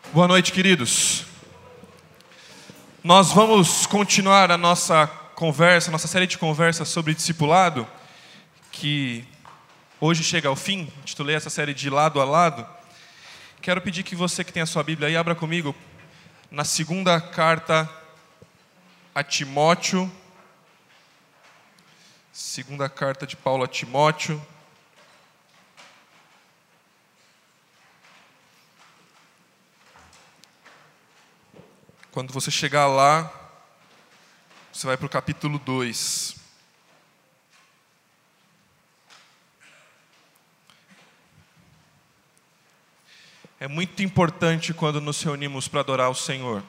Boa noite, queridos. Nós vamos continuar a nossa série de conversas sobre discipulado, que hoje chega ao fim. Intitulei essa série de Lado a Lado. Quero pedir que você que tem a sua Bíblia aí, abra comigo na segunda carta a Timóteo. Segunda carta de Paulo a Timóteo. Quando você chegar lá, você vai para o capítulo 2. É muito importante quando nos reunimos para adorar o Senhor.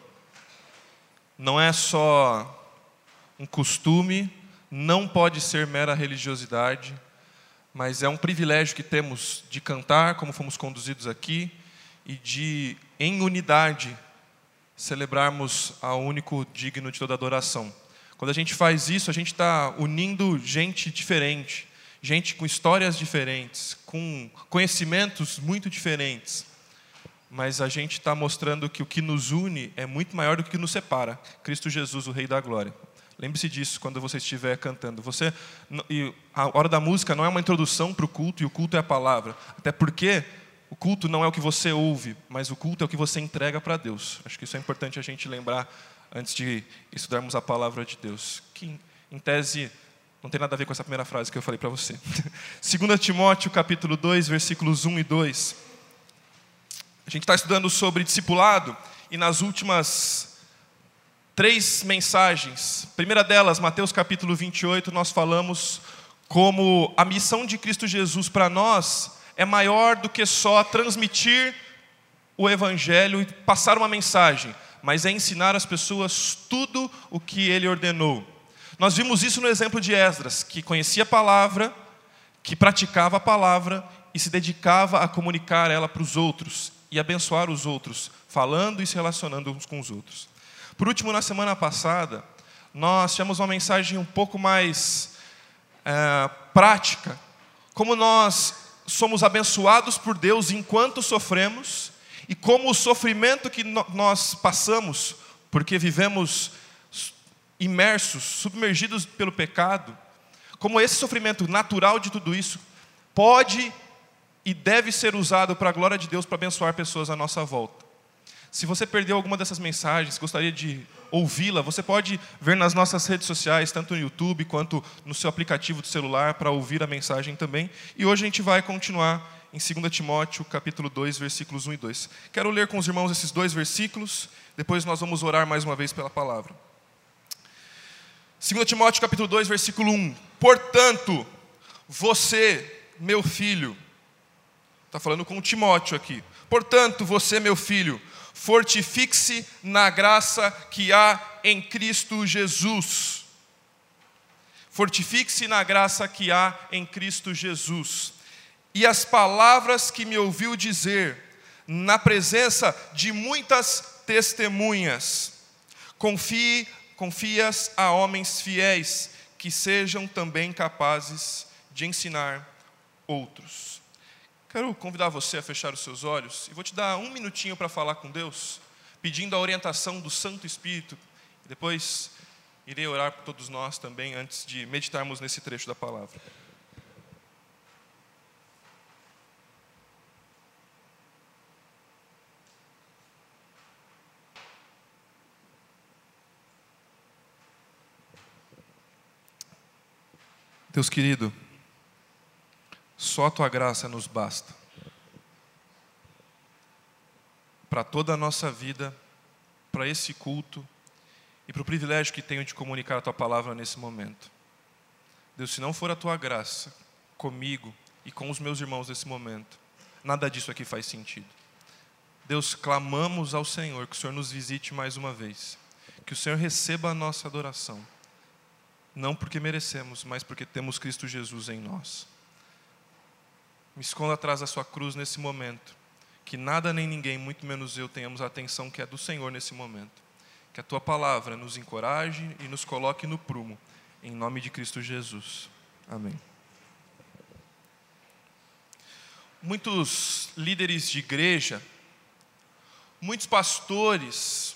Não é só um costume, não pode ser mera religiosidade, mas é um privilégio que temos de cantar, como fomos conduzidos aqui, e de, em unidade, celebrarmos ao único digno de toda adoração. Quando a gente faz isso, a gente está unindo gente diferente, gente com histórias diferentes, com conhecimentos muito diferentes, mas a gente está mostrando que o que nos une é muito maior do que o que nos separa. Cristo Jesus, o Rei da Glória. Lembre-se disso quando você estiver cantando. E a hora da música não é uma introdução para o culto, e o culto é a palavra. Até porque o culto não é o que você ouve, mas o culto é o que você entrega para Deus. Acho que isso é importante a gente lembrar antes de estudarmos a palavra de Deus. Que, em tese, não tem nada a ver com essa primeira frase que eu falei para você. 2 Timóteo, capítulo 2, versículos 1 e 2. A gente está estudando sobre discipulado, e nas últimas 3 mensagens, a primeira delas, Mateus capítulo 28, nós falamos como a missão de Cristo Jesus para nós é maior do que só transmitir o Evangelho e passar uma mensagem, mas é ensinar as pessoas tudo o que Ele ordenou. Nós vimos isso no exemplo de Esdras, que conhecia a palavra, que praticava a palavra e se dedicava a comunicar ela para os outros e abençoar os outros, falando e se relacionando uns com os outros. Por último, na semana passada, nós tivemos uma mensagem um pouco mais prática, como nós somos abençoados por Deus enquanto sofremos, e como o sofrimento que nós passamos, porque vivemos imersos, submergidos pelo pecado, como esse sofrimento natural de tudo isso, pode e deve ser usado para a glória de Deus, para abençoar pessoas à nossa volta. Se você perdeu alguma dessas mensagens, gostaria de ouvi-la, você pode ver nas nossas redes sociais, tanto no YouTube quanto no seu aplicativo de celular, para ouvir a mensagem também. E hoje a gente vai continuar em 2 Timóteo, capítulo 2, versículos 1 e 2. Quero ler com os irmãos esses 2 versículos, depois nós vamos orar mais uma vez pela palavra. 2 Timóteo, capítulo 2, versículo 1. Portanto, você, meu filho, está falando com Timóteo aqui. Portanto, você, meu filho, fortifique-se na graça que há em Cristo Jesus. Fortifique-se na graça que há em Cristo Jesus. E as palavras que me ouviu dizer, na presença de muitas testemunhas, confie-as a homens fiéis, que sejam também capazes de ensinar outros. Quero convidar você a fechar os seus olhos e vou te dar 1 minutinho para falar com Deus, pedindo a orientação do Santo Espírito. Depois irei orar por todos nós também, antes de meditarmos nesse trecho da palavra. Deus querido, só a Tua graça nos basta para toda a nossa vida, para esse culto e para o privilégio que tenho de comunicar a Tua palavra nesse momento. Deus, se não for a Tua graça comigo e com os meus irmãos nesse momento, nada disso aqui faz sentido. Deus, clamamos ao Senhor que o Senhor nos visite mais uma vez, que o Senhor receba a nossa adoração, não porque merecemos, mas porque temos Cristo Jesus em nós. Me esconda atrás da sua cruz nesse momento. Que nada nem ninguém, muito menos eu, tenhamos a atenção que é do Senhor nesse momento. Que a tua palavra nos encoraje e nos coloque no prumo. Em nome de Cristo Jesus. Amém. Muitos líderes de igreja Muitos pastores,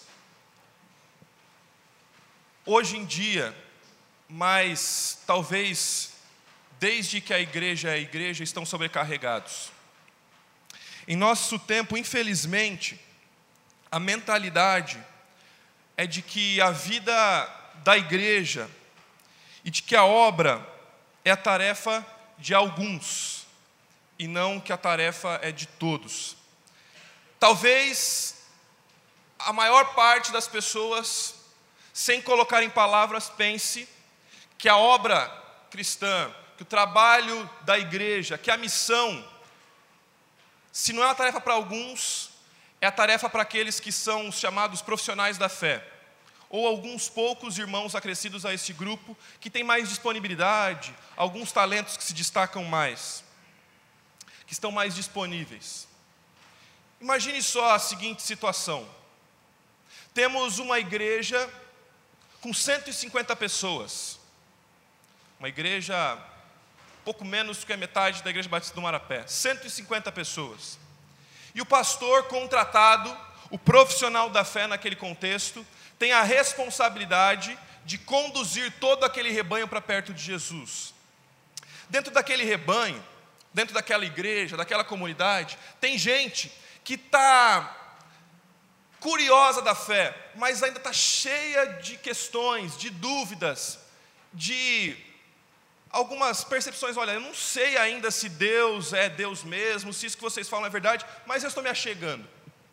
hoje em dia, mas talvez desde que a igreja é a igreja, estão sobrecarregados. Em nosso tempo, infelizmente, a mentalidade é de que a vida da igreja e de que a obra é a tarefa de alguns e não que a tarefa é de todos. Talvez a maior parte das pessoas, sem colocar em palavras, pense que a obra cristã, que o trabalho da igreja, que a missão, se não é uma tarefa para alguns, é a tarefa para aqueles que são os chamados profissionais da fé, ou alguns poucos irmãos acrescidos a este grupo, que têm mais disponibilidade, alguns talentos que se destacam mais, que estão mais disponíveis. Imagine só a seguinte situação: temos uma igreja com 150 pessoas, uma igreja pouco menos que a metade da Igreja Batista do Marapé, 150 pessoas. E o pastor contratado, o profissional da fé naquele contexto, tem a responsabilidade de conduzir todo aquele rebanho para perto de Jesus. Dentro daquele rebanho, dentro daquela igreja, daquela comunidade, tem gente que está curiosa da fé, mas ainda está cheia de questões, de dúvidas, de algumas percepções. Olha, eu não sei ainda se Deus é Deus mesmo, se isso que vocês falam é verdade, mas eu estou me achegando.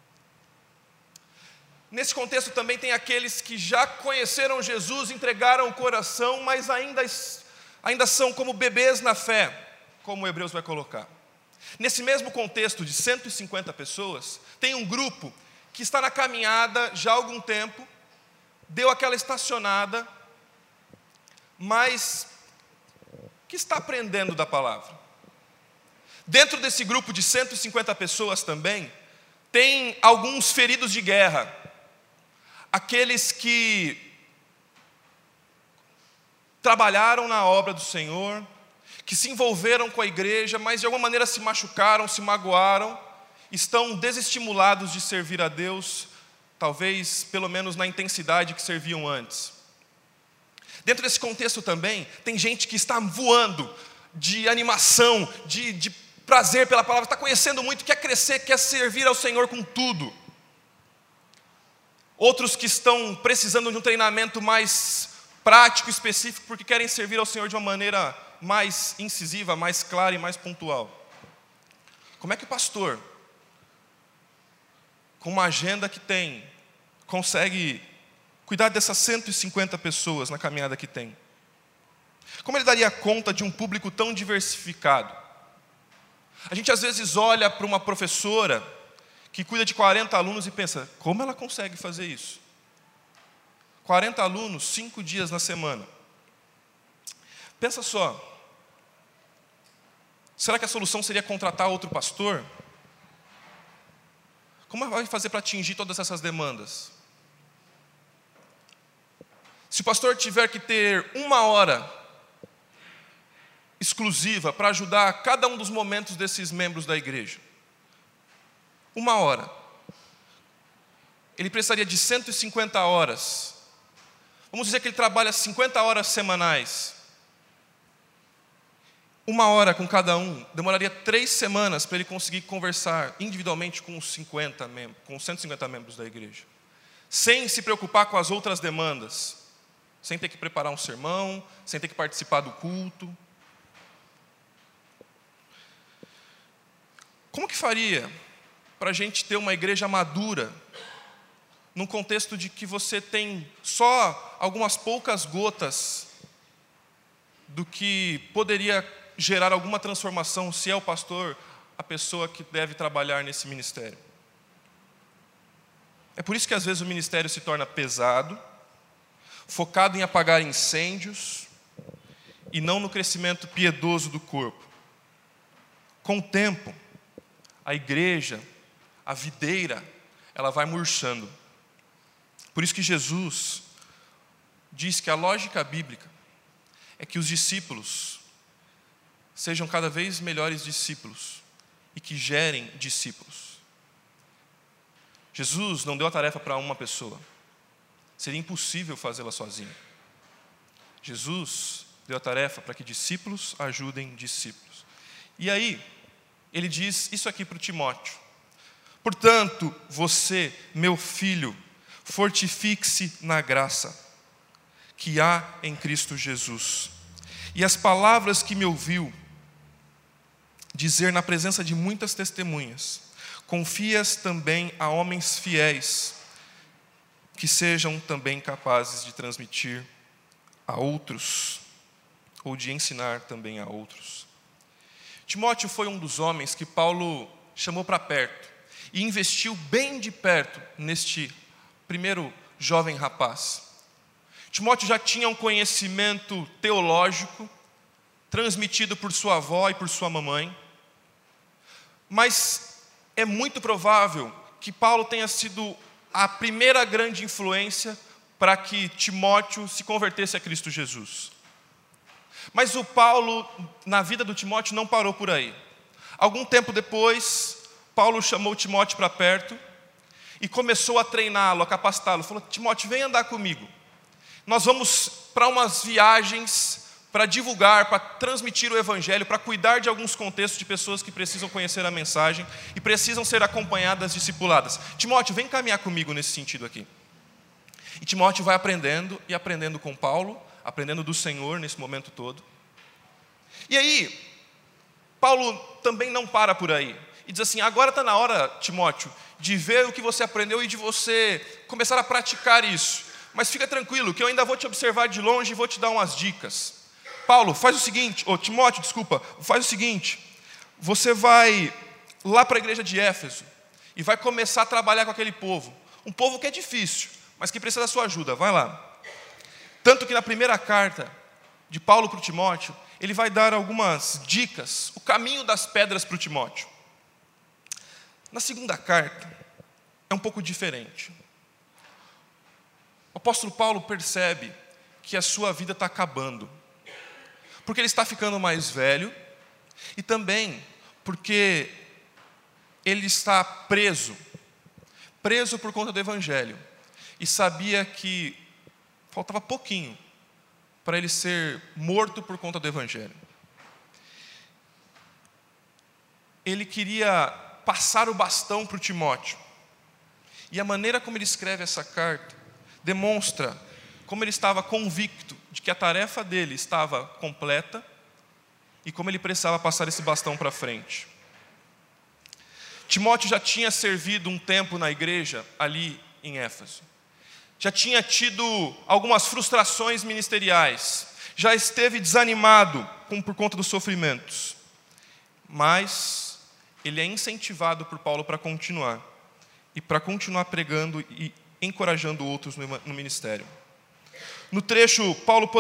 Nesse contexto também tem aqueles que já conheceram Jesus, entregaram o coração, mas ainda são como bebês na fé, como Hebreus vai colocar. Nesse mesmo contexto de 150 pessoas, tem um grupo que está na caminhada já há algum tempo, deu aquela estacionada, mas que está aprendendo da palavra. Dentro desse grupo de 150 pessoas também, tem alguns feridos de guerra, aqueles que trabalharam na obra do Senhor, que se envolveram com a igreja, mas de alguma maneira se machucaram, se magoaram, estão desestimulados de servir a Deus, talvez pelo menos na intensidade que serviam antes. Dentro desse contexto também, tem gente que está voando de animação, de prazer pela palavra, está conhecendo muito, quer crescer, quer servir ao Senhor com tudo. Outros que estão precisando de um treinamento mais prático, específico, porque querem servir ao Senhor de uma maneira mais incisiva, mais clara e mais pontual. Como é que o pastor, com uma agenda que tem, consegue cuidar dessas 150 pessoas na caminhada que tem? Como ele daria conta de um público tão diversificado? A gente às vezes olha para uma professora que cuida de 40 alunos e pensa, como ela consegue fazer isso? 40 alunos, 5 dias na semana. Pensa só, será que a solução seria contratar outro pastor? Como ela vai fazer para atingir todas essas demandas? Se o pastor tiver que ter 1 hora exclusiva para ajudar cada um dos momentos desses membros da igreja, 1 hora, ele precisaria de 150 horas. Vamos dizer que ele trabalha 50 horas semanais. 1 hora com cada um, demoraria 3 semanas para ele conseguir conversar individualmente com os 150 membros da igreja, sem se preocupar com as outras demandas, sem ter que preparar um sermão, sem ter que participar do culto. Como que faria para a gente ter uma igreja madura, num contexto de que você tem só algumas poucas gotas do que poderia gerar alguma transformação, se é o pastor a pessoa que deve trabalhar nesse ministério? É por isso que às vezes o ministério se torna pesado, focado em apagar incêndios e não no crescimento piedoso do corpo. Com o tempo, a igreja, a videira, ela vai murchando. Por isso que Jesus diz que a lógica bíblica é que os discípulos sejam cada vez melhores discípulos e que gerem discípulos. Jesus não deu a tarefa para uma pessoa. Seria impossível fazê-la sozinho. Jesus deu a tarefa para que discípulos ajudem discípulos. E aí, ele diz isso aqui para o Timóteo. Portanto, você, meu filho, fortifique-se na graça que há em Cristo Jesus. E as palavras que me ouviu dizer na presença de muitas testemunhas, confias também a homens fiéis, que sejam também capazes de transmitir a outros, ou de ensinar também a outros. Timóteo foi um dos homens que Paulo chamou para perto e investiu bem de perto neste primeiro jovem rapaz. Timóteo já tinha um conhecimento teológico transmitido por sua avó e por sua mamãe, mas é muito provável que Paulo tenha sido a primeira grande influência para que Timóteo se convertesse a Cristo Jesus. Mas o Paulo, na vida do Timóteo, não parou por aí. Algum tempo depois, Paulo chamou Timóteo para perto e começou a treiná-lo, a capacitá-lo. Falou: Timóteo, vem andar comigo. Nós vamos para umas viagens para divulgar, para transmitir o Evangelho, para cuidar de alguns contextos de pessoas que precisam conhecer a mensagem e precisam ser acompanhadas, discipuladas. Timóteo, vem caminhar comigo nesse sentido aqui. E Timóteo vai aprendendo e aprendendo com Paulo, aprendendo do Senhor nesse momento todo. E aí, Paulo também não para por aí. E diz assim: agora está na hora, Timóteo, de ver o que você aprendeu e de você começar a praticar isso. Mas fica tranquilo, que eu ainda vou te observar de longe e vou te dar umas dicas. Paulo, faz o seguinte, Timóteo, desculpa, faz o seguinte: você vai lá para a igreja de Éfeso e vai começar a trabalhar com aquele povo. Um povo que é difícil, mas que precisa da sua ajuda, vai lá. Tanto que na primeira carta de Paulo para o Timóteo, ele vai dar algumas dicas, o caminho das pedras para o Timóteo. Na segunda carta, é um pouco diferente. O apóstolo Paulo percebe que a sua vida está acabando, porque ele está ficando mais velho e também porque ele está preso por conta do Evangelho, e sabia que faltava pouquinho para ele ser morto por conta do Evangelho. Ele queria passar o bastão para o Timóteo, e a maneira como ele escreve essa carta demonstra como ele estava convicto de que a tarefa dele estava completa e como ele precisava passar esse bastão para frente. Timóteo já tinha servido um tempo na igreja ali em Éfeso. Já tinha tido algumas frustrações ministeriais. Já esteve desanimado por conta dos sofrimentos. Mas ele é incentivado por Paulo para continuar. E para continuar pregando e encorajando outros no ministério. No trecho, Paulo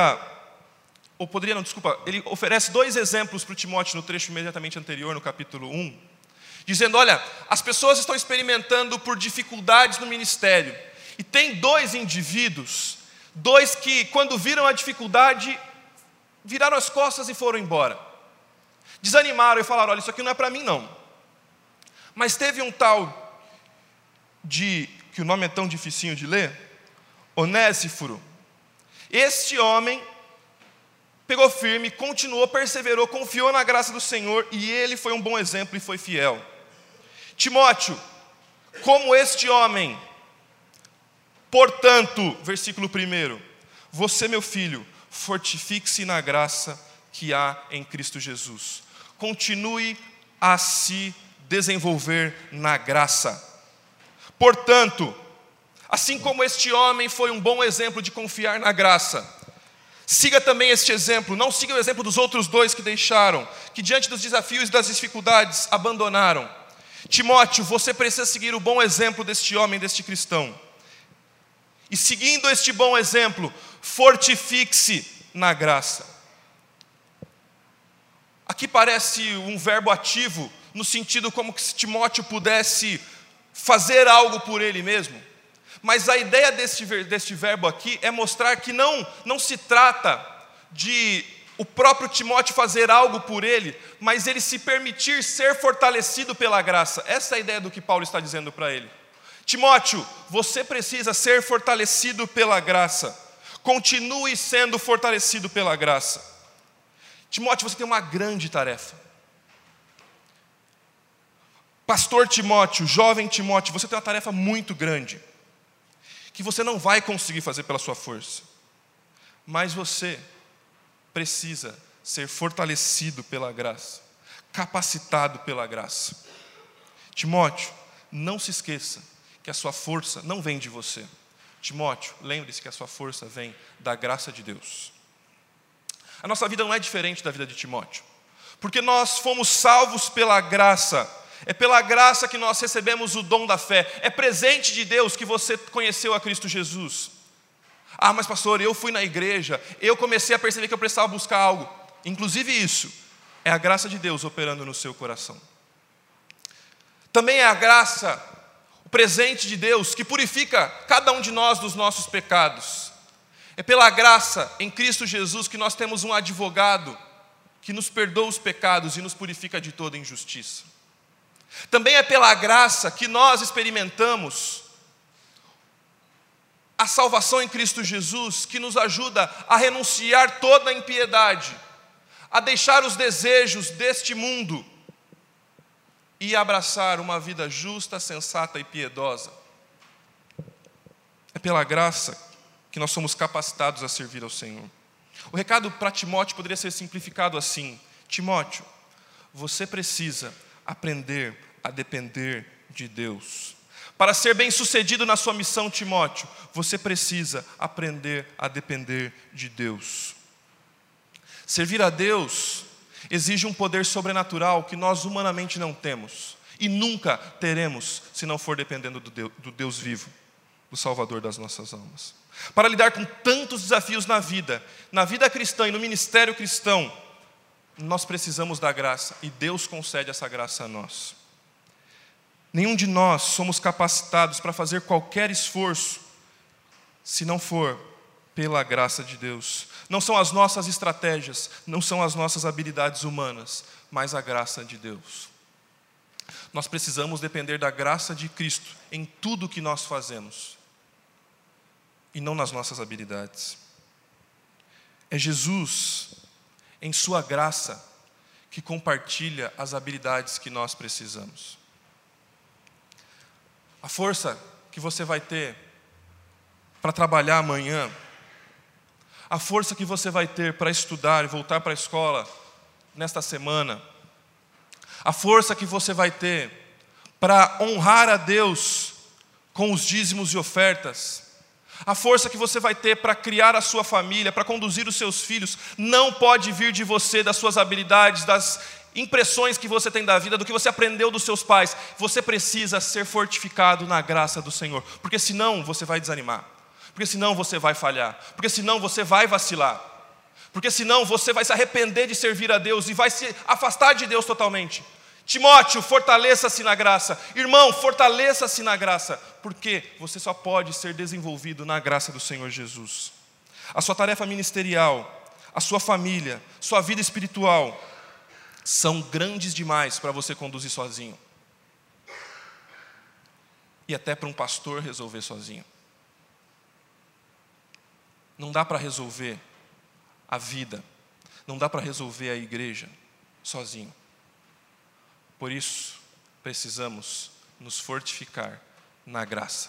ele oferece 2 exemplos para o Timóteo no trecho imediatamente anterior, no capítulo 1, dizendo: olha, as pessoas estão experimentando por dificuldades no ministério, e tem 2 indivíduos, 2 que quando viram a dificuldade, viraram as costas e foram embora. Desanimaram e falaram: olha, isso aqui não é para mim não. Mas teve um tal que o nome é tão dificinho de ler, Onésiforo. Este homem pegou firme, continuou, perseverou, confiou na graça do Senhor, e ele foi um bom exemplo e foi fiel. Timóteo, como este homem, portanto, versículo 1, você, meu filho, fortifique-se na graça que há em Cristo Jesus. Continue a se desenvolver na graça. Portanto, assim como este homem foi um bom exemplo de confiar na graça, siga também este exemplo. Não siga o exemplo dos outros 2 que deixaram, que diante dos desafios e das dificuldades abandonaram. Timóteo, você precisa seguir o bom exemplo deste homem, deste cristão. E seguindo este bom exemplo, fortifique-se na graça. Aqui parece um verbo ativo, no sentido como que se Timóteo pudesse fazer algo por ele mesmo. Mas a ideia deste verbo aqui é mostrar que não se trata de o próprio Timóteo fazer algo por ele, mas ele se permitir ser fortalecido pela graça. Essa é a ideia do que Paulo está dizendo para ele. Timóteo, você precisa ser fortalecido pela graça. Continue sendo fortalecido pela graça. Timóteo, você tem uma grande tarefa. Pastor Timóteo, jovem Timóteo, você tem uma tarefa muito grande, que você não vai conseguir fazer pela sua força. Mas você precisa ser fortalecido pela graça, capacitado pela graça. Timóteo, não se esqueça que a sua força não vem de você. Timóteo, lembre-se que a sua força vem da graça de Deus. A nossa vida não é diferente da vida de Timóteo, porque nós fomos salvos pela graça. É pela graça que nós recebemos o dom da fé. É presente de Deus que você conheceu a Cristo Jesus. Ah, mas pastor, eu fui na igreja, eu comecei a perceber que eu precisava buscar algo. Inclusive isso, é a graça de Deus operando no seu coração. Também é a graça, o presente de Deus, que purifica cada um de nós dos nossos pecados. É pela graça em Cristo Jesus que nós temos um advogado que nos perdoa os pecados e nos purifica de toda injustiça. Também é pela graça que nós experimentamos a salvação em Cristo Jesus, que nos ajuda a renunciar toda a impiedade, a deixar os desejos deste mundo e abraçar uma vida justa, sensata e piedosa. É pela graça que nós somos capacitados a servir ao Senhor. O recado para Timóteo poderia ser simplificado assim: Timóteo, você precisa aprender a depender de Deus. Para ser bem-sucedido na sua missão, Timóteo, você precisa aprender a depender de Deus. Servir a Deus exige um poder sobrenatural que nós humanamente não temos e nunca teremos se não for dependendo do Deus vivo, do Salvador das nossas almas. Para lidar com tantos desafios na vida cristã e no ministério cristão, nós precisamos da graça e Deus concede essa graça a nós. Nenhum de nós somos capacitados para fazer qualquer esforço se não for pela graça de Deus. Não são as nossas estratégias, não são as nossas habilidades humanas, mas a graça de Deus. Nós precisamos depender da graça de Cristo em tudo que nós fazemos e não nas nossas habilidades. É Jesus, em sua graça, que compartilha as habilidades que nós precisamos. A força que você vai ter para trabalhar amanhã, a força que você vai ter para estudar e voltar para a escola nesta semana, a força que você vai ter para honrar a Deus com os dízimos e ofertas, a força que você vai ter para criar a sua família, para conduzir os seus filhos, não pode vir de você, das suas habilidades, das impressões que você tem da vida, do que você aprendeu dos seus pais. Você precisa ser fortificado na graça do Senhor, porque senão você vai desanimar, porque senão você vai falhar, porque senão você vai vacilar, porque senão você vai se arrepender de servir a Deus e vai se afastar de Deus totalmente. Timóteo, fortaleça-se na graça. Irmão, fortaleça-se na graça, porque você só pode ser desenvolvido na graça do Senhor Jesus. A sua tarefa ministerial, a sua família, sua vida espiritual são grandes demais para você conduzir sozinho. E até para um pastor resolver sozinho. Não dá para resolver a vida, não dá para resolver a igreja sozinho. Por isso, precisamos nos fortificar na graça.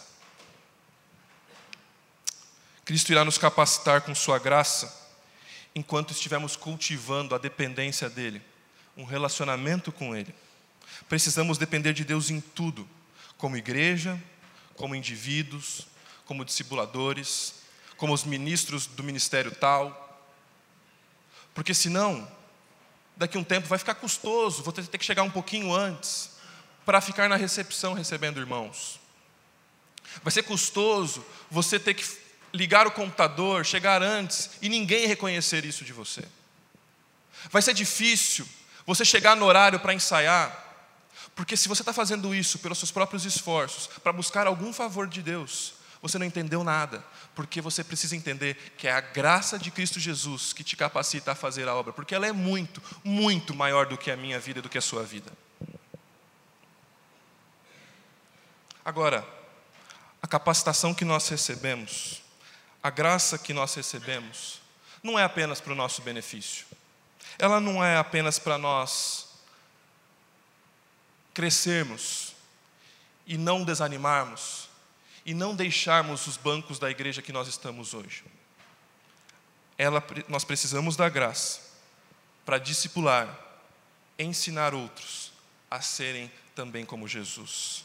Cristo irá nos capacitar com sua graça enquanto estivermos cultivando a dependência dEle, um relacionamento com Ele. Precisamos depender de Deus em tudo, como igreja, como indivíduos, como discipuladores, como os ministros do ministério tal. Porque senão, daqui a um tempo vai ficar custoso, vou ter que chegar um pouquinho antes para ficar na recepção recebendo irmãos. Vai ser custoso você ter que ligar o computador, chegar antes e ninguém reconhecer isso de você. Vai ser difícil você chegar no horário para ensaiar, porque se você está fazendo isso pelos seus próprios esforços, para buscar algum favor de Deus, você não entendeu nada, porque você precisa entender que é a graça de Cristo Jesus que te capacita a fazer a obra, porque ela é muito, muito maior do que a minha vida e do que a sua vida. Agora, A capacitação que nós recebemos, a graça que nós recebemos, não é apenas para o nosso benefício. Ela não é apenas para nós crescermos e não desanimarmos e não deixarmos os bancos da igreja que nós estamos hoje. Nós precisamos da graça para discipular, ensinar outros a serem também como Jesus.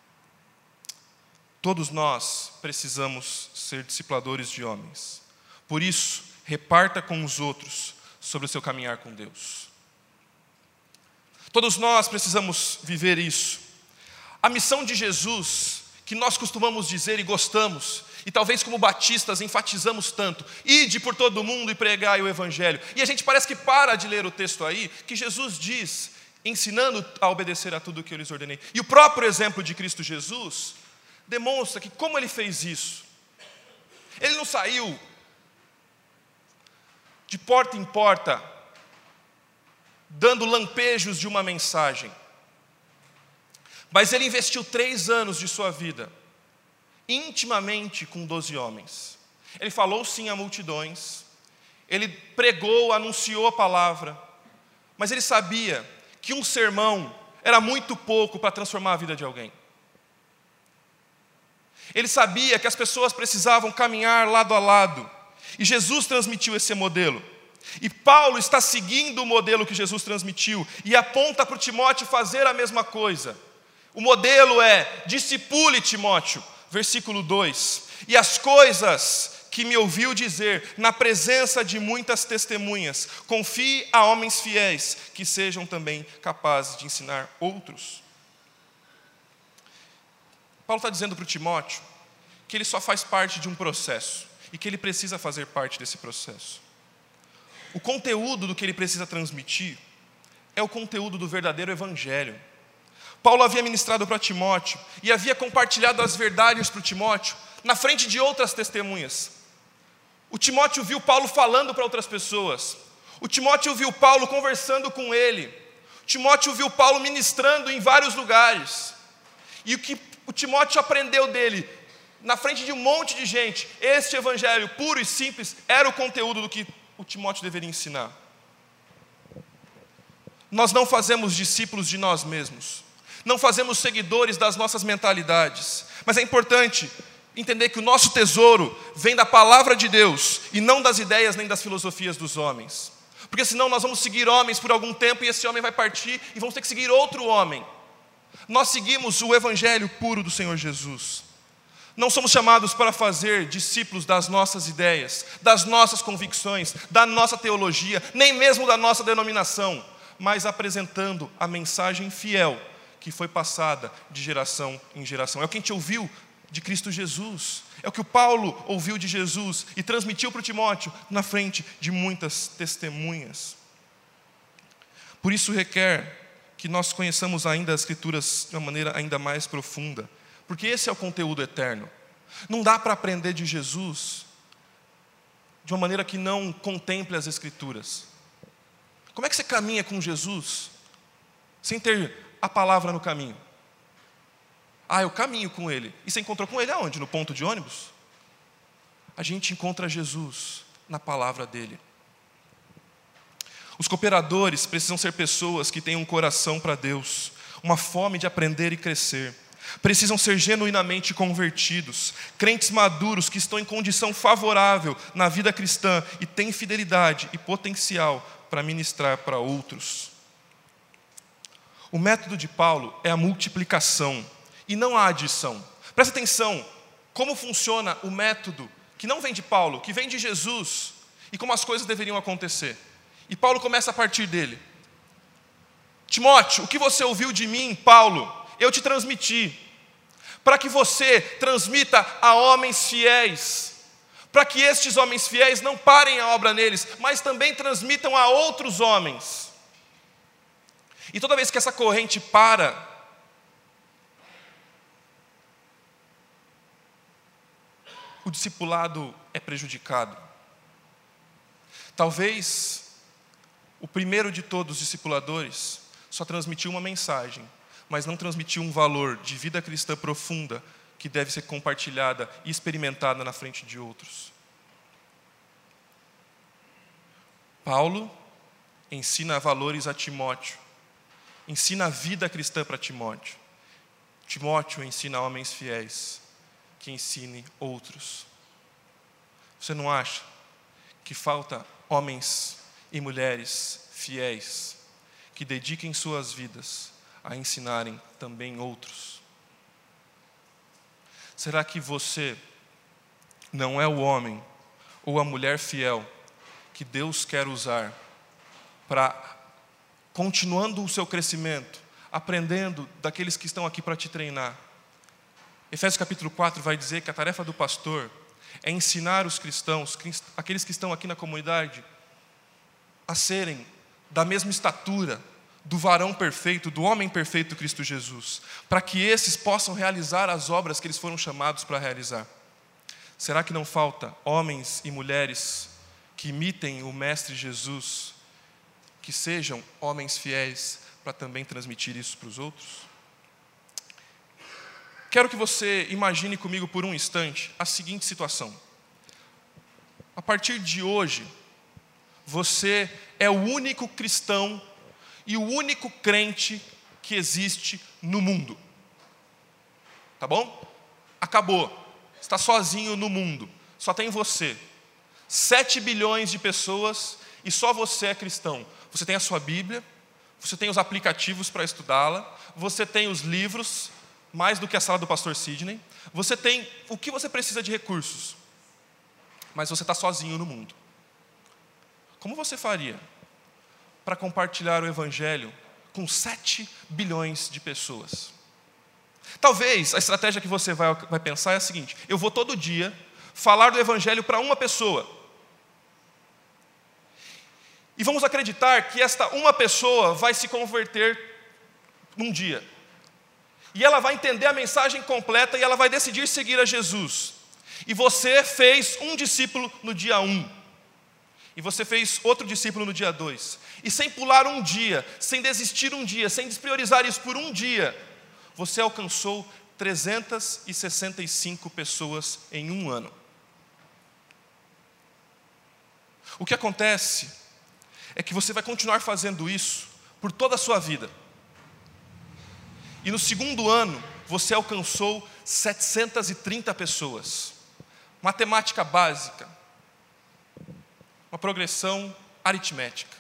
Todos nós precisamos ser discipuladores de homens. Por isso, reparta com os outros sobre o seu caminhar com Deus. Todos nós precisamos viver isso. A missão de Jesus, que nós costumamos dizer e gostamos, e talvez como batistas enfatizamos tanto: ide por todo mundo e pregai o evangelho. E a gente parece que para de ler o texto aí, que Jesus diz, ensinando a obedecer a tudo o que eu lhes ordenei. E o próprio exemplo de Cristo Jesus demonstra que como ele fez isso. Ele não saiu de porta em porta, dando lampejos de uma mensagem. Mas ele investiu 3 anos de sua vida, intimamente com 12 homens. Ele falou sim a multidões, ele pregou, anunciou a palavra, mas ele sabia que um sermão era muito pouco para transformar a vida de alguém. Ele sabia que as pessoas precisavam caminhar lado a lado, e Jesus transmitiu esse modelo. E Paulo está seguindo o modelo que Jesus transmitiu e aponta para o Timóteo fazer a mesma coisa. O modelo é: discipule Timóteo, versículo 2. E as coisas que me ouviu dizer na presença de muitas testemunhas, confie a homens fiéis, que sejam também capazes de ensinar outros. Paulo está dizendo para o Timóteo que ele só faz parte de um processo e que ele precisa fazer parte desse processo. O conteúdo do que ele precisa transmitir é o conteúdo do verdadeiro evangelho. Paulo havia ministrado para Timóteo e havia compartilhado as verdades para o Timóteo na frente de outras testemunhas. O Timóteo viu Paulo falando para outras pessoas. O Timóteo viu Paulo conversando com ele. O Timóteo viu Paulo ministrando em vários lugares. E o que o Timóteo aprendeu dele, na frente de um monte de gente, este evangelho puro e simples, era o conteúdo do que o Timóteo deveria ensinar. Nós não fazemos discípulos de nós mesmos, não fazemos seguidores das nossas mentalidades, mas é importante entender que o nosso tesouro vem da palavra de Deus e não das ideias nem das filosofias dos homens, porque senão nós vamos seguir homens por algum tempo e esse homem vai partir e vamos ter que seguir outro homem. Nós seguimos o evangelho puro do Senhor Jesus. Não somos chamados para fazer discípulos das nossas ideias, das nossas convicções, da nossa teologia, nem mesmo da nossa denominação, mas apresentando a mensagem fiel que foi passada de geração em geração. É o que a gente ouviu de Cristo Jesus, é o que o Paulo ouviu de Jesus e transmitiu para o Timóteo na frente de muitas testemunhas. Por isso requer que nós conheçamos ainda as Escrituras de uma maneira ainda mais profunda, porque esse é o conteúdo eterno. Não dá para aprender de Jesus de uma maneira que não contemple as Escrituras. Como é que você caminha com Jesus sem ter a palavra no caminho? Eu caminho com Ele. E você encontrou com Ele aonde? No ponto de ônibus? A gente encontra Jesus na palavra dEle. Os cooperadores precisam ser pessoas que tenham um coração para Deus, uma fome de aprender e crescer. Precisam ser genuinamente convertidos, crentes maduros que estão em condição favorável na vida cristã e têm fidelidade e potencial para ministrar para outros. O método de Paulo é a multiplicação e não a adição. Presta atenção, como funciona o método que não vem de Paulo, que vem de Jesus, e como as coisas deveriam acontecer. E Paulo começa a partir dele. Timóteo, o que você ouviu de mim, Paulo, eu te transmiti, para que você transmita a homens fiéis, para que estes homens fiéis não parem a obra neles, mas também transmitam a outros homens. E toda vez que essa corrente para, o discipulado é prejudicado. Talvez o primeiro de todos os discipuladores só transmitiu uma mensagem, mas não transmitiu um valor de vida cristã profunda que deve ser compartilhada e experimentada na frente de outros. Paulo ensina valores a Timóteo, ensina a vida cristã para Timóteo. Timóteo ensina homens fiéis, que ensine outros. Você não acha que falta homens e mulheres fiéis, que dediquem suas vidas a ensinarem também outros? Será que você não é o homem ou a mulher fiel que Deus quer usar para, continuando o seu crescimento, aprendendo daqueles que estão aqui para te treinar? Efésios capítulo 4 vai dizer que a tarefa do pastor é ensinar os cristãos, aqueles que estão aqui na comunidade, a serem da mesma estatura do varão perfeito, do homem perfeito Cristo Jesus, para que esses possam realizar as obras que eles foram chamados para realizar. Será que não falta homens e mulheres que imitem o Mestre Jesus, que sejam homens fiéis para também transmitir isso para os outros? Quero que você imagine comigo por um instante a seguinte situação. A partir de hoje, você é o único cristão e o único crente que existe no mundo. Tá bom? Acabou. Está sozinho no mundo. Só tem você. 7 bilhões de pessoas e só você é cristão. Você tem a sua Bíblia, você tem os aplicativos para estudá-la, você tem os livros, mais do que a sala do pastor Sidney, você tem o que você precisa de recursos, mas você está sozinho no mundo. Como você faria para compartilhar o Evangelho com 7 bilhões de pessoas? Talvez a estratégia que você vai pensar é a seguinte: eu vou todo dia falar do Evangelho para uma pessoa. E vamos acreditar que esta uma pessoa vai se converter num dia. E ela vai entender a mensagem completa e ela vai decidir seguir a Jesus. E você fez um discípulo no dia 1. E você fez outro discípulo no dia 2. E sem pular um dia, sem desistir um dia, sem despriorizar isso por um dia, você alcançou 365 pessoas em um ano. O que acontece é que você vai continuar fazendo isso por toda a sua vida. E no segundo ano, você alcançou 730 pessoas. Matemática básica. Uma progressão aritmética.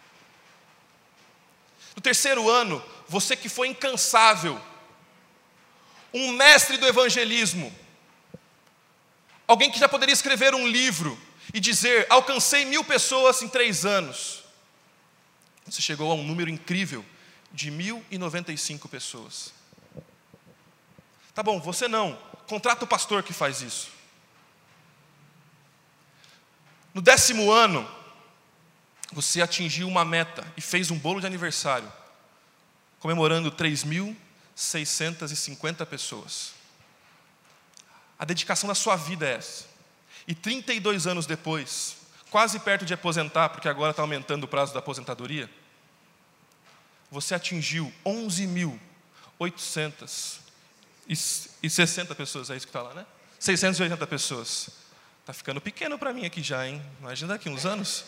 No terceiro ano, você que foi incansável, um mestre do evangelismo, alguém que já poderia escrever um livro e dizer: alcancei 1000 pessoas em 3 anos. Você chegou a um número incrível de 1095 pessoas. Tá bom, você não. Contrata o pastor que faz isso. No 10º ano, você atingiu uma meta e fez um bolo de aniversário, comemorando 3.650 pessoas. A dedicação da sua vida é essa. E 32 anos depois, quase perto de aposentar, porque agora está aumentando o prazo da aposentadoria, você atingiu 11.860 pessoas, é isso que está lá, né? 680 pessoas. Está ficando pequeno para mim aqui já, hein? Imagina daqui uns anos.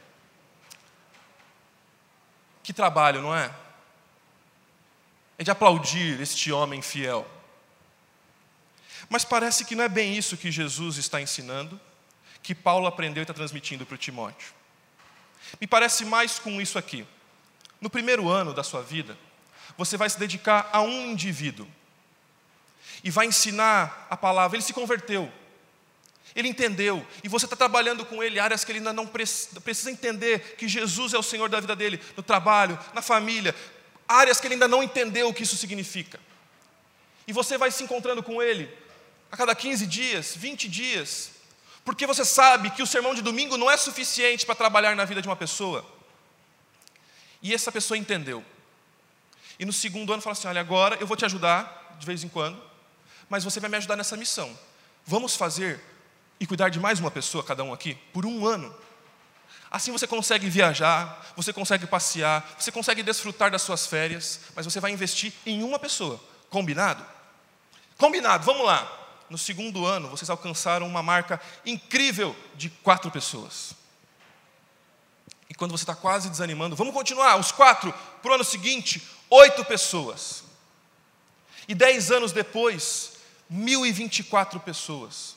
Que trabalho, não é? É de aplaudir este homem fiel. Mas parece que não é bem isso que Jesus está ensinando, que Paulo aprendeu e está transmitindo para o Timóteo. Me parece mais com isso aqui. No primeiro ano da sua vida, você vai se dedicar a um indivíduo e vai ensinar a palavra. Ele se converteu, ele entendeu, e você está trabalhando com ele áreas que ele ainda não precisa entender que Jesus é o Senhor da vida dele, no trabalho, na família, áreas que ele ainda não entendeu o que isso significa. E você vai se encontrando com ele a cada 15 dias, 20 dias, porque você sabe que o sermão de domingo não é suficiente para trabalhar na vida de uma pessoa. E essa pessoa entendeu. E no segundo ano fala assim: olha, agora eu vou te ajudar de vez em quando, mas você vai me ajudar nessa missão. Vamos fazer e cuidar de mais uma pessoa, cada um aqui, por um ano. Assim você consegue viajar, você consegue passear, você consegue desfrutar das suas férias, mas você vai investir em uma pessoa. Combinado? Combinado, vamos lá. No segundo ano, vocês alcançaram uma marca incrível de 4 pessoas. E quando você está quase desanimando, vamos continuar, os 4, para o ano seguinte, 8 pessoas. E 10 anos depois, 1.024 pessoas.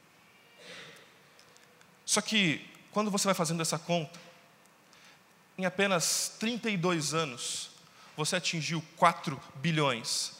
Só que, quando você vai fazendo essa conta, em apenas 32 anos, você atingiu 4 bilhões,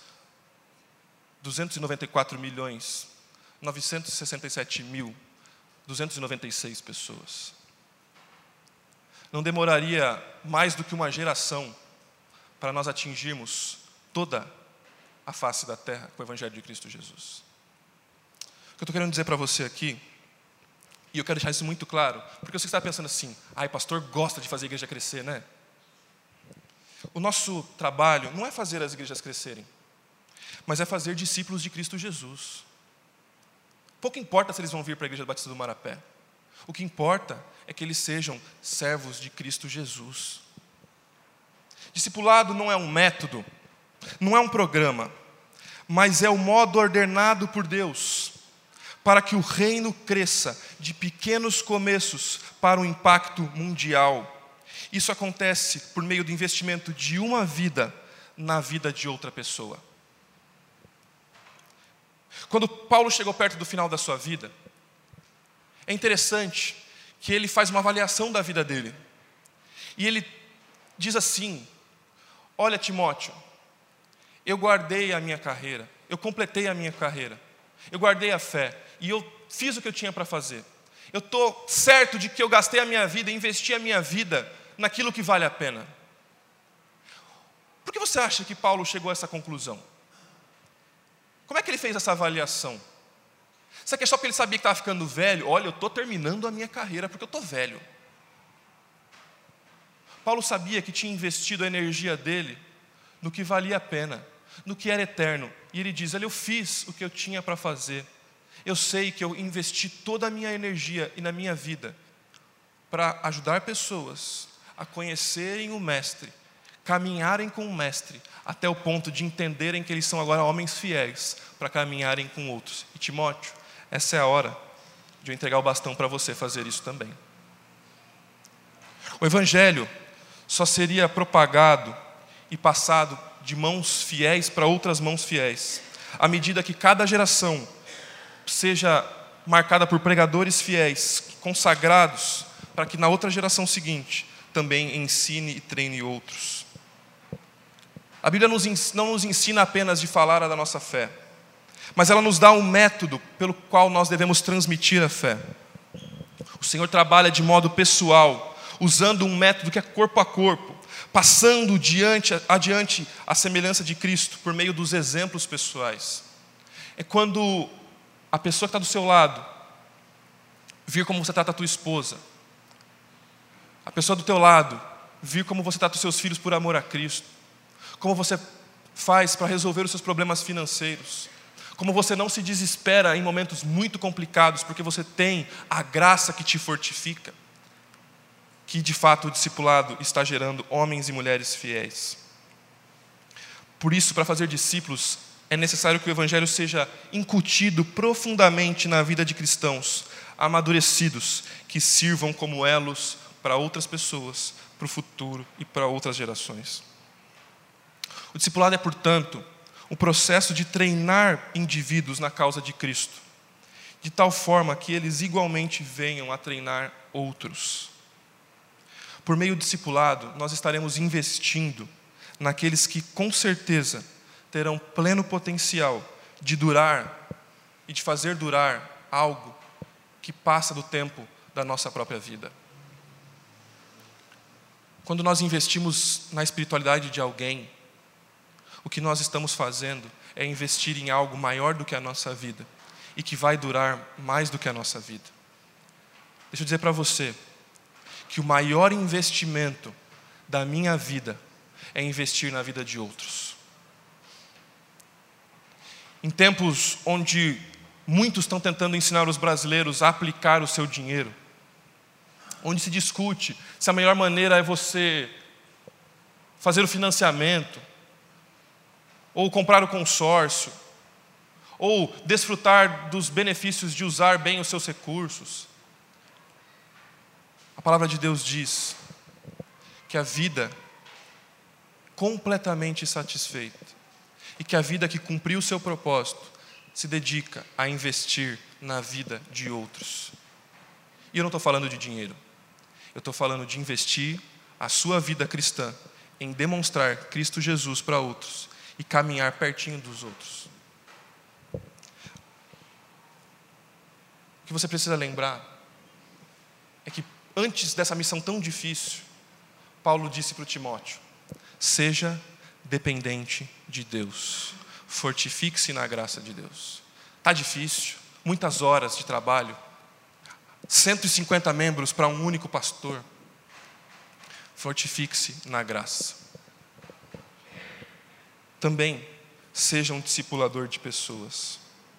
294 milhões, 967 mil, 296 pessoas. Não demoraria mais do que uma geração para nós atingirmos toda a face da terra com o Evangelho de Cristo Jesus. O que eu estou querendo dizer para você aqui, e eu quero deixar isso muito claro, porque você está pensando assim, pastor gosta de fazer a igreja crescer, né? O nosso trabalho não é fazer as igrejas crescerem, mas é fazer discípulos de Cristo Jesus. Pouco importa se eles vão vir para a Igreja Batista do Marapé. O que importa é que eles sejam servos de Cristo Jesus. Discipulado não é um método, não é um programa, mas é o modo ordenado por Deus para que o reino cresça de pequenos começos para um impacto mundial. Isso acontece por meio do investimento de uma vida na vida de outra pessoa. Quando Paulo chegou perto do final da sua vida, é interessante que ele faz uma avaliação da vida dele. E ele diz assim: olha, Timóteo, eu guardei a minha carreira, eu completei a minha carreira, eu guardei a fé, e eu fiz o que eu tinha para fazer. Eu estou certo de que eu gastei a minha vida, investi a minha vida naquilo que vale a pena. Por que você acha que Paulo chegou a essa conclusão? Como é que ele fez essa avaliação? Será que é só porque ele sabia que estava ficando velho? Olha, eu estou terminando a minha carreira porque eu estou velho. Paulo sabia que tinha investido a energia dele no que valia a pena, no que era eterno. E ele diz, olha, eu fiz o que eu tinha para fazer. Eu sei que eu investi toda a minha energia e na minha vida para ajudar pessoas a conhecerem o Mestre, caminharem com o Mestre, até o ponto de entenderem que eles são agora homens fiéis para caminharem com outros. E Timóteo, essa é a hora de eu entregar o bastão para você fazer isso também. O Evangelho só seria propagado e passado de mãos fiéis para outras mãos fiéis, à medida que cada geração seja marcada por pregadores fiéis, consagrados, para que na outra geração seguinte também ensine e treine outros. A Bíblia não nos ensina apenas de falar da nossa fé, mas ela nos dá um método pelo qual nós devemos transmitir a fé. O Senhor trabalha de modo pessoal, usando um método que é corpo a corpo, passando adiante a semelhança de Cristo por meio dos exemplos pessoais. É quando a pessoa que está do seu lado vir como você trata a tua esposa, a pessoa do teu lado vir como você trata os seus filhos por amor a Cristo, como você faz para resolver os seus problemas financeiros, como você não se desespera em momentos muito complicados, porque você tem a graça que te fortifica, que de fato o discipulado está gerando homens e mulheres fiéis. Por isso, para fazer discípulos, é necessário que o Evangelho seja incutido profundamente na vida de cristãos amadurecidos, que sirvam como elos para outras pessoas, para o futuro e para outras gerações. O discipulado é, portanto, um processo de treinar indivíduos na causa de Cristo, de tal forma que eles igualmente venham a treinar outros. Por meio do discipulado, nós estaremos investindo naqueles que, com certeza, terão pleno potencial de durar e de fazer durar algo que passa do tempo da nossa própria vida. Quando nós investimos na espiritualidade de alguém, o que nós estamos fazendo é investir em algo maior do que a nossa vida e que vai durar mais do que a nossa vida. Deixa eu dizer para você que o maior investimento da minha vida é investir na vida de outros. Em tempos onde muitos estão tentando ensinar os brasileiros a aplicar o seu dinheiro, onde se discute se a melhor maneira é você fazer o financiamento, ou comprar o consórcio, ou desfrutar dos benefícios de usar bem os seus recursos. A palavra de Deus diz que a vida completamente satisfeita e que a vida que cumpriu o seu propósito se dedica a investir na vida de outros. E eu não estou falando de dinheiro. Eu estou falando de investir a sua vida cristã em demonstrar Cristo Jesus para outros e caminhar pertinho dos outros. O que você precisa lembrar é que antes dessa missão tão difícil, Paulo disse para o Timóteo: seja dependente de Deus, fortifique-se na graça de Deus. Está difícil, muitas horas de trabalho, 150 membros para um único pastor. Fortifique-se na graça. Também seja um discipulador de pessoas.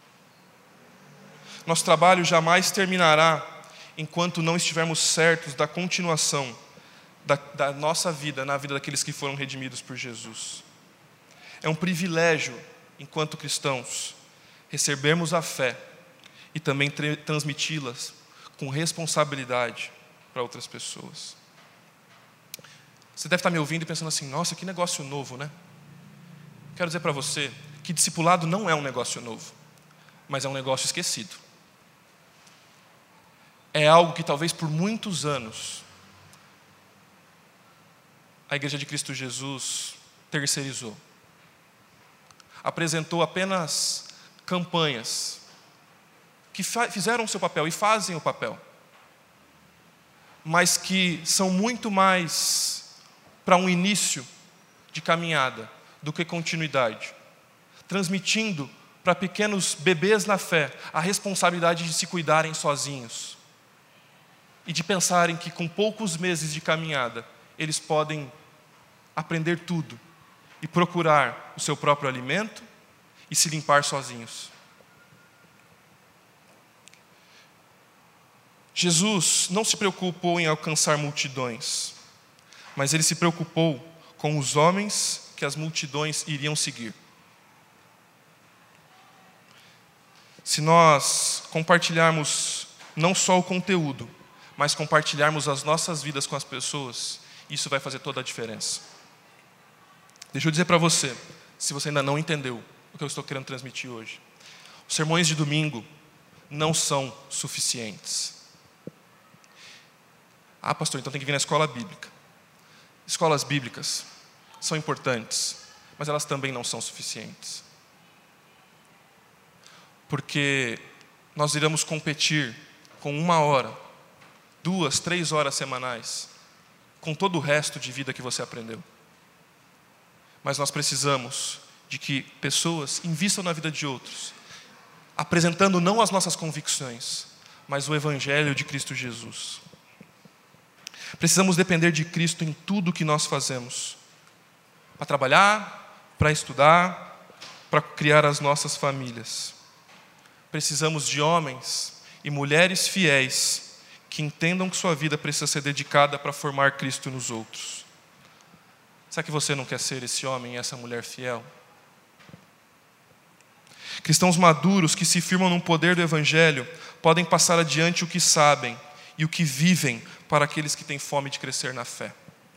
Nosso trabalho jamais terminará enquanto não estivermos certos da continuação da nossa vida na vida daqueles que foram redimidos por Jesus. É um privilégio, enquanto cristãos, recebermos a fé e também transmiti-las com responsabilidade para outras pessoas. Você deve estar me ouvindo e pensando assim: nossa, que negócio novo, né? Quero dizer para você que discipulado não é um negócio novo, mas é um negócio esquecido. É algo que talvez por muitos anos a Igreja de Cristo Jesus terceirizou. Apresentou apenas campanhas que fizeram o seu papel e fazem o papel, mas que são muito mais para um início de caminhada do que continuidade, transmitindo para pequenos bebês na fé a responsabilidade de se cuidarem sozinhos e de pensarem que com poucos meses de caminhada eles podem aprender tudo e procurar o seu próprio alimento e se limpar sozinhos. Jesus não se preocupou em alcançar multidões, mas ele se preocupou com os homens que as multidões iriam seguir. Se nós compartilharmos não só o conteúdo, mas compartilharmos as nossas vidas com as pessoas, isso vai fazer toda a diferença. Deixa eu dizer para você, se você ainda não entendeu o que eu estou querendo transmitir hoje. Os sermões de domingo não são suficientes. Ah, pastor, então tem que vir na escola bíblica. Escolas bíblicas são importantes, mas elas também não são suficientes. Porque nós iremos competir com 1 hora, 2, 3 horas semanais, com todo o resto de vida que você aprendeu. Mas nós precisamos de que pessoas invistam na vida de outros, apresentando não as nossas convicções, mas o Evangelho de Cristo Jesus. Precisamos depender de Cristo em tudo que nós fazemos, para trabalhar, para estudar, para criar as nossas famílias. Precisamos de homens e mulheres fiéis que entendam que sua vida precisa ser dedicada para formar Cristo nos outros. Será que você não quer ser esse homem e essa mulher fiel? Cristãos maduros que se firmam no poder do Evangelho podem passar adiante o que sabem e o que vivem para aqueles que têm fome de crescer na fé.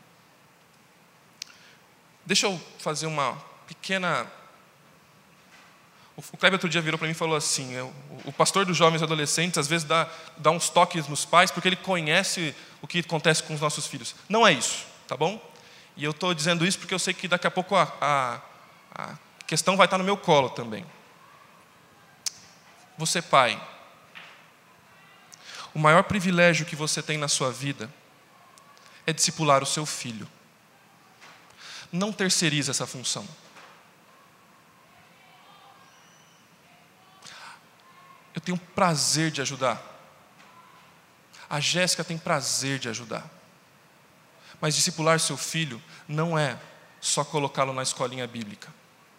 Deixa eu fazer uma pequena... O Kleber outro dia virou para mim e falou assim: o pastor dos jovens e adolescentes às vezes dá uns toques nos pais porque ele conhece o que acontece com os nossos filhos. Não é isso, tá bom? E eu estou dizendo isso porque eu sei que daqui a pouco a questão vai estar no meu colo também. Você, pai, o maior privilégio que você tem na sua vida é discipular o seu filho. Não terceirize essa função. Eu tenho prazer de ajudar. A Jéssica tem prazer de ajudar. Mas discipular seu filho não é só colocá-lo na escolinha bíblica.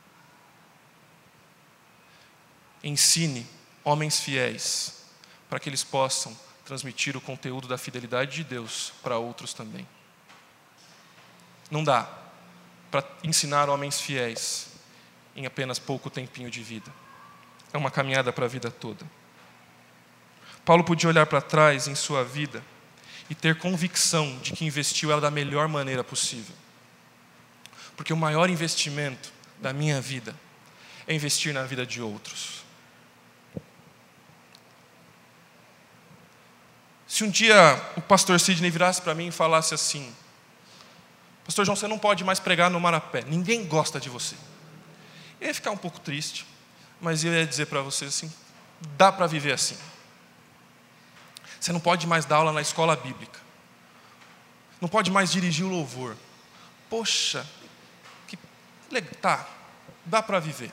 Ensine homens fiéis para que eles possam transmitir o conteúdo da fidelidade de Deus para outros também. Não dá para ensinar homens fiéis em apenas pouco tempinho de vida. é uma caminhada para a vida toda. Paulo podia olhar para trás em sua vida e ter convicção de que investiu ela da melhor maneira possível. Porque o maior investimento da minha vida é investir na vida de outros. Se um dia o pastor Sidney virasse para mim e falasse assim: Pastor João, você não pode mais pregar no Marapé, ninguém gosta de você. Eu ia ficar um pouco triste, mas eu ia dizer para você assim: dá para viver assim. Você não pode mais dar aula na escola bíblica, não pode mais dirigir o louvor. Poxa, que legal, tá, dá para viver.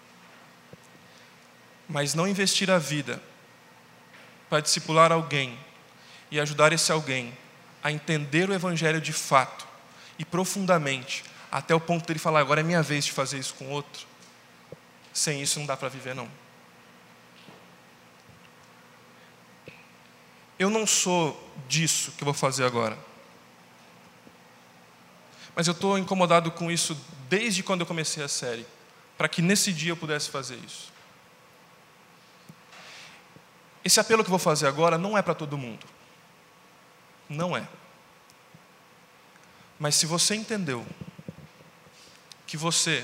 Mas não investir a vida para discipular alguém e ajudar esse alguém a entender o Evangelho de fato e profundamente, até o ponto dele falar: agora é minha vez de fazer isso com outro. Sem isso não dá para viver, não. Eu não sou disso que eu vou fazer agora. Mas eu estou incomodado com isso desde quando eu comecei a série, para que nesse dia eu pudesse fazer isso. Esse apelo que eu vou fazer agora não é para todo mundo. Não é. Mas se você entendeu que você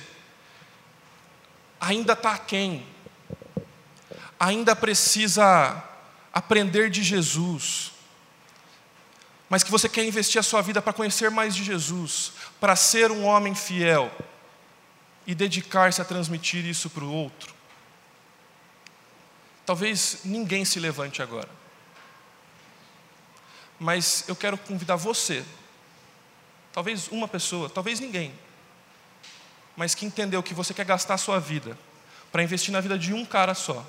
ainda está aquém, ainda precisa aprender de Jesus, mas que você quer investir a sua vida para conhecer mais de Jesus, para ser um homem fiel e dedicar-se a transmitir isso para o outro, talvez ninguém se levante agora, mas eu quero convidar você, talvez uma pessoa, talvez ninguém, mas que entendeu que você quer gastar a sua vida para investir na vida de um cara só,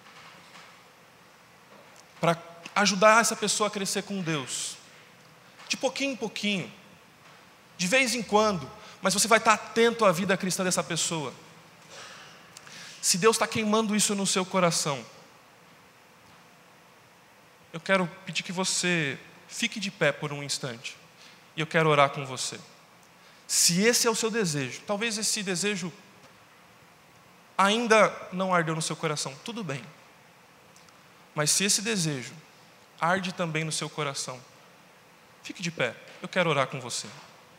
para ajudar essa pessoa a crescer com Deus, de pouquinho em pouquinho, de vez em quando, mas você vai estar atento à vida cristã dessa pessoa. Se Deus está queimando isso no seu coração, eu quero pedir que você fique de pé por um instante, e eu quero orar com você. Se esse é o seu desejo, talvez esse desejo ainda não ardeu no seu coração, tudo bem. Mas se esse desejo arde também no seu coração, fique de pé, eu quero orar com você.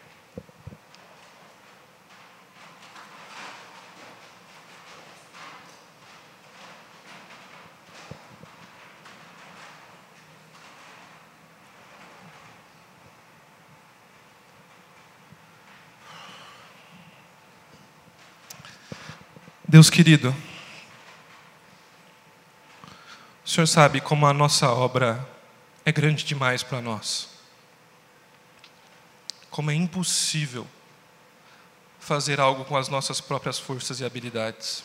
Deus querido, o Senhor sabe como a nossa obra é grande demais para nós. Como é impossível fazer algo com as nossas próprias forças e habilidades.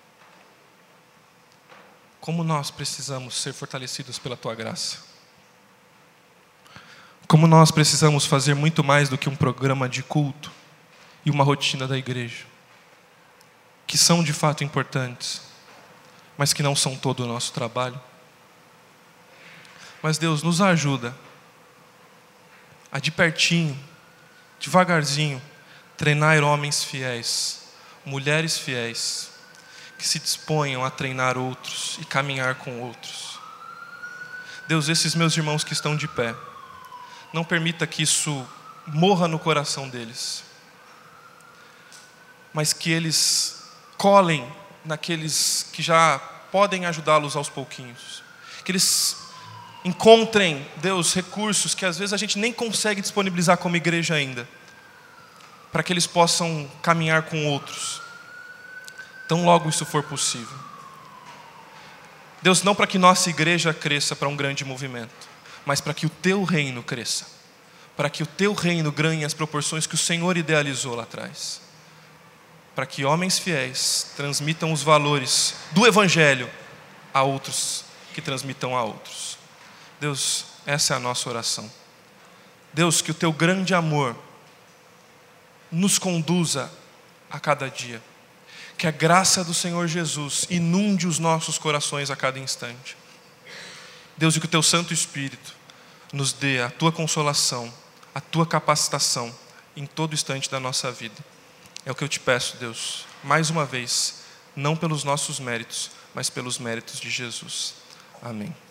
Como nós precisamos ser fortalecidos pela Tua graça. Como nós precisamos fazer muito mais do que um programa de culto e uma rotina da igreja, que são de fato importantes, mas que não são todo o nosso trabalho. Mas Deus, nos ajuda a de pertinho, devagarzinho, treinar homens fiéis, mulheres fiéis, que se disponham a treinar outros e caminhar com outros. Deus, esses meus irmãos que estão de pé, não permita que isso morra no coração deles, mas que eles colhem naqueles que já podem ajudá-los aos pouquinhos, que eles encontrem, Deus, recursos que às vezes a gente nem consegue disponibilizar como igreja ainda, para que eles possam caminhar com outros, tão logo isso for possível. Deus, não para que nossa igreja cresça para um grande movimento, mas para que o Teu reino cresça, para que o Teu reino ganhe as proporções que o Senhor idealizou lá atrás, para que homens fiéis transmitam os valores do Evangelho a outros que transmitam a outros. Deus, essa é a nossa oração. Deus, que o Teu grande amor nos conduza a cada dia. Que a graça do Senhor Jesus inunde os nossos corações a cada instante. Deus, e que o Teu Santo Espírito nos dê a Tua consolação, a Tua capacitação em todo instante da nossa vida. É o que eu te peço, Deus, mais uma vez, não pelos nossos méritos, mas pelos méritos de Jesus. Amém.